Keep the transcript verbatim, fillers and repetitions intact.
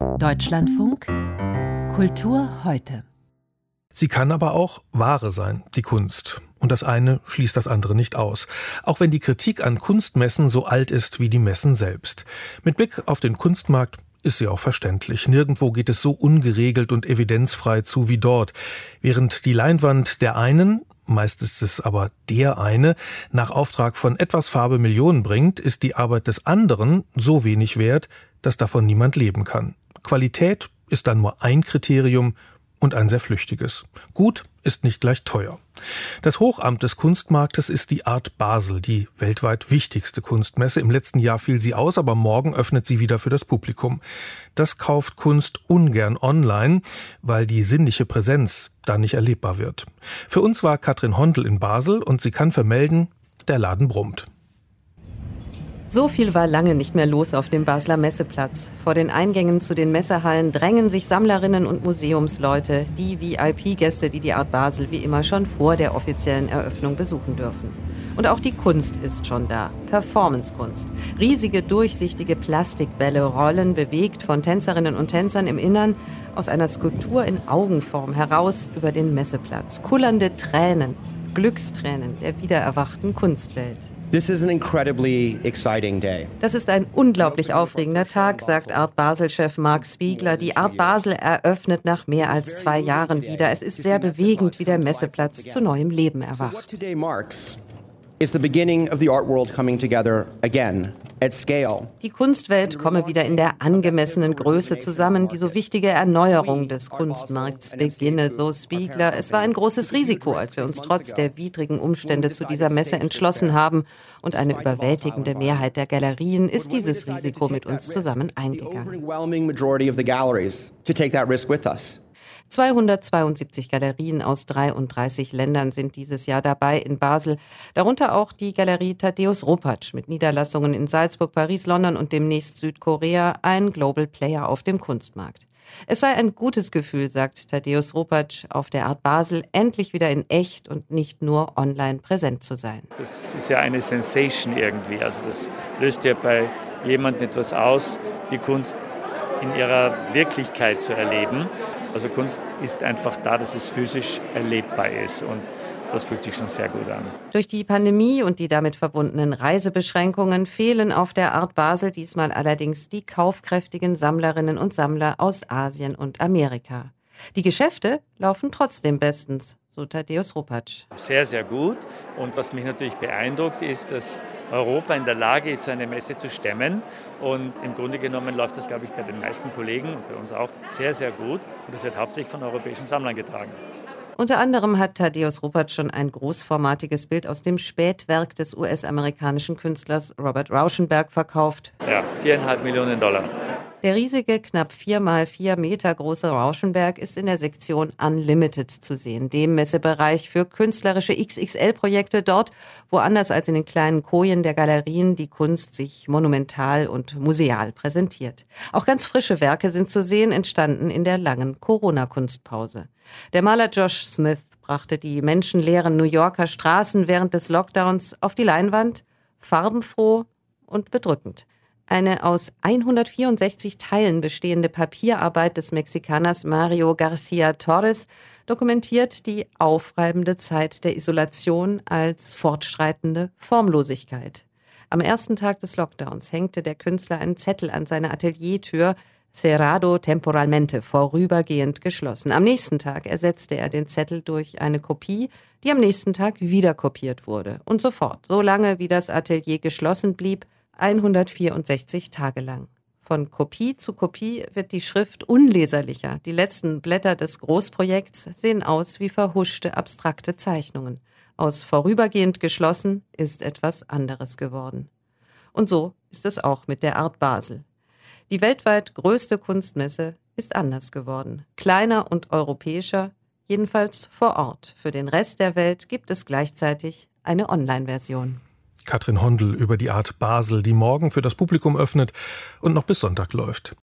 Deutschlandfunk Kultur heute. Sie kann aber auch Ware sein, die Kunst. Und das eine schließt das andere nicht aus. Auch wenn die Kritik an Kunstmessen so alt ist wie die Messen selbst. Mit Blick auf den Kunstmarkt ist sie auch verständlich. Nirgendwo geht es so ungeregelt und evidenzfrei zu wie dort. Während die Leinwand der einen, meist ist es aber der eine, nach Auftrag von etwas Farbe Millionen bringt, ist die Arbeit des anderen so wenig wert, dass davon niemand leben kann. Qualität ist dann nur ein Kriterium und ein sehr flüchtiges. Gut ist nicht gleich teuer. Das Hochamt des Kunstmarktes ist die Art Basel, die weltweit wichtigste Kunstmesse. Im letzten Jahr fiel sie aus, aber morgen öffnet sie wieder für das Publikum. Das kauft Kunst ungern online, weil die sinnliche Präsenz da nicht erlebbar wird. Für uns war Katrin Hondel in Basel und sie kann vermelden, der Laden brummt. So viel war lange nicht mehr los auf dem Basler Messeplatz. Vor den Eingängen zu den Messehallen drängen sich Sammlerinnen und Museumsleute, die V I P-Gäste, die die Art Basel wie immer schon vor der offiziellen Eröffnung besuchen dürfen. Und auch die Kunst ist schon da. Performancekunst. Riesige, durchsichtige Plastikbälle rollen, bewegt von Tänzerinnen und Tänzern im Innern, aus einer Skulptur in Augenform heraus über den Messeplatz. Kullernde Tränen, Glückstränen der wiedererwachten Kunstwelt. This is an incredibly exciting day. Das ist ein unglaublich aufregender Tag, sagt Art Basel-Chef Mark Spiegler. Die Art Basel eröffnet nach mehr als zwei Jahren wieder. Es ist sehr bewegend, wie der Messeplatz zu neuem Leben erwacht. Is the beginning of the art world coming together again at scale. Die Kunstwelt komme wieder in der angemessenen Größe zusammen. Die so wichtige Erneuerung des Kunstmarkts beginne, so Spiegler. Es war ein großes Risiko, als wir uns trotz der widrigen Umstände zu dieser Messe entschlossen haben. Und eine überwältigende Mehrheit der Galerien ist dieses Risiko mit uns zusammen eingegangen. zweihundertzweiundsiebzig Galerien aus dreiunddreißig Ländern sind dieses Jahr dabei in Basel. Darunter auch die Galerie Tadeusz Ropacz mit Niederlassungen in Salzburg, Paris, London und demnächst Südkorea, ein Global Player auf dem Kunstmarkt. Es sei ein gutes Gefühl, sagt Tadeusz Ropacz, auf der Art Basel endlich wieder in echt und nicht nur online präsent zu sein. Das ist ja eine Sensation irgendwie. Also das löst ja bei jemandem etwas aus, die Kunst in ihrer Wirklichkeit zu erleben. Also Kunst ist einfach da, dass es physisch erlebbar ist und das fühlt sich schon sehr gut an. Durch die Pandemie und die damit verbundenen Reisebeschränkungen fehlen auf der Art Basel diesmal allerdings die kaufkräftigen Sammlerinnen und Sammler aus Asien und Amerika. Die Geschäfte laufen trotzdem bestens, so Tadeusz Ropacz. Sehr, sehr gut. Und was mich natürlich beeindruckt, ist, dass Europa in der Lage ist, so eine Messe zu stemmen. Und im Grunde genommen läuft das, glaube ich, bei den meisten Kollegen und bei uns auch sehr, sehr gut. Und das wird hauptsächlich von europäischen Sammlern getragen. Unter anderem hat Tadeusz Ropacz schon ein großformatiges Bild aus dem Spätwerk des U S-amerikanischen Künstlers Robert Rauschenberg verkauft. Ja, viereinhalb Millionen Dollar. Der riesige, knapp vier mal vier Meter große Rauschenberg ist in der Sektion Unlimited zu sehen, dem Messebereich für künstlerische X X L-Projekte dort, wo anders als in den kleinen Kojen der Galerien die Kunst sich monumental und museal präsentiert. Auch ganz frische Werke sind zu sehen, entstanden in der langen Corona-Kunstpause. Der Maler Josh Smith brachte die menschenleeren New Yorker Straßen während des Lockdowns auf die Leinwand, farbenfroh und bedrückend. Eine aus hundertvierundsechzig Teilen bestehende Papierarbeit des Mexikaners Mario Garcia Torres dokumentiert die aufreibende Zeit der Isolation als fortschreitende Formlosigkeit. Am ersten Tag des Lockdowns hängte der Künstler einen Zettel an seine Ateliertür, Cerrado temporalmente, vorübergehend geschlossen. Am nächsten Tag ersetzte er den Zettel durch eine Kopie, die am nächsten Tag wieder kopiert wurde. Und so fort, so lange wie das Atelier geschlossen blieb, hundertvierundsechzig Tage lang. Von Kopie zu Kopie wird die Schrift unleserlicher. Die letzten Blätter des Großprojekts sehen aus wie verhuschte, abstrakte Zeichnungen. Aus vorübergehend geschlossen ist etwas anderes geworden. Und so ist es auch mit der Art Basel. Die weltweit größte Kunstmesse ist anders geworden. Kleiner und europäischer, jedenfalls vor Ort. Für den Rest der Welt gibt es gleichzeitig eine Online-Version. Katrin Hondel über die Art Basel, die morgen für das Publikum öffnet und noch bis Sonntag läuft.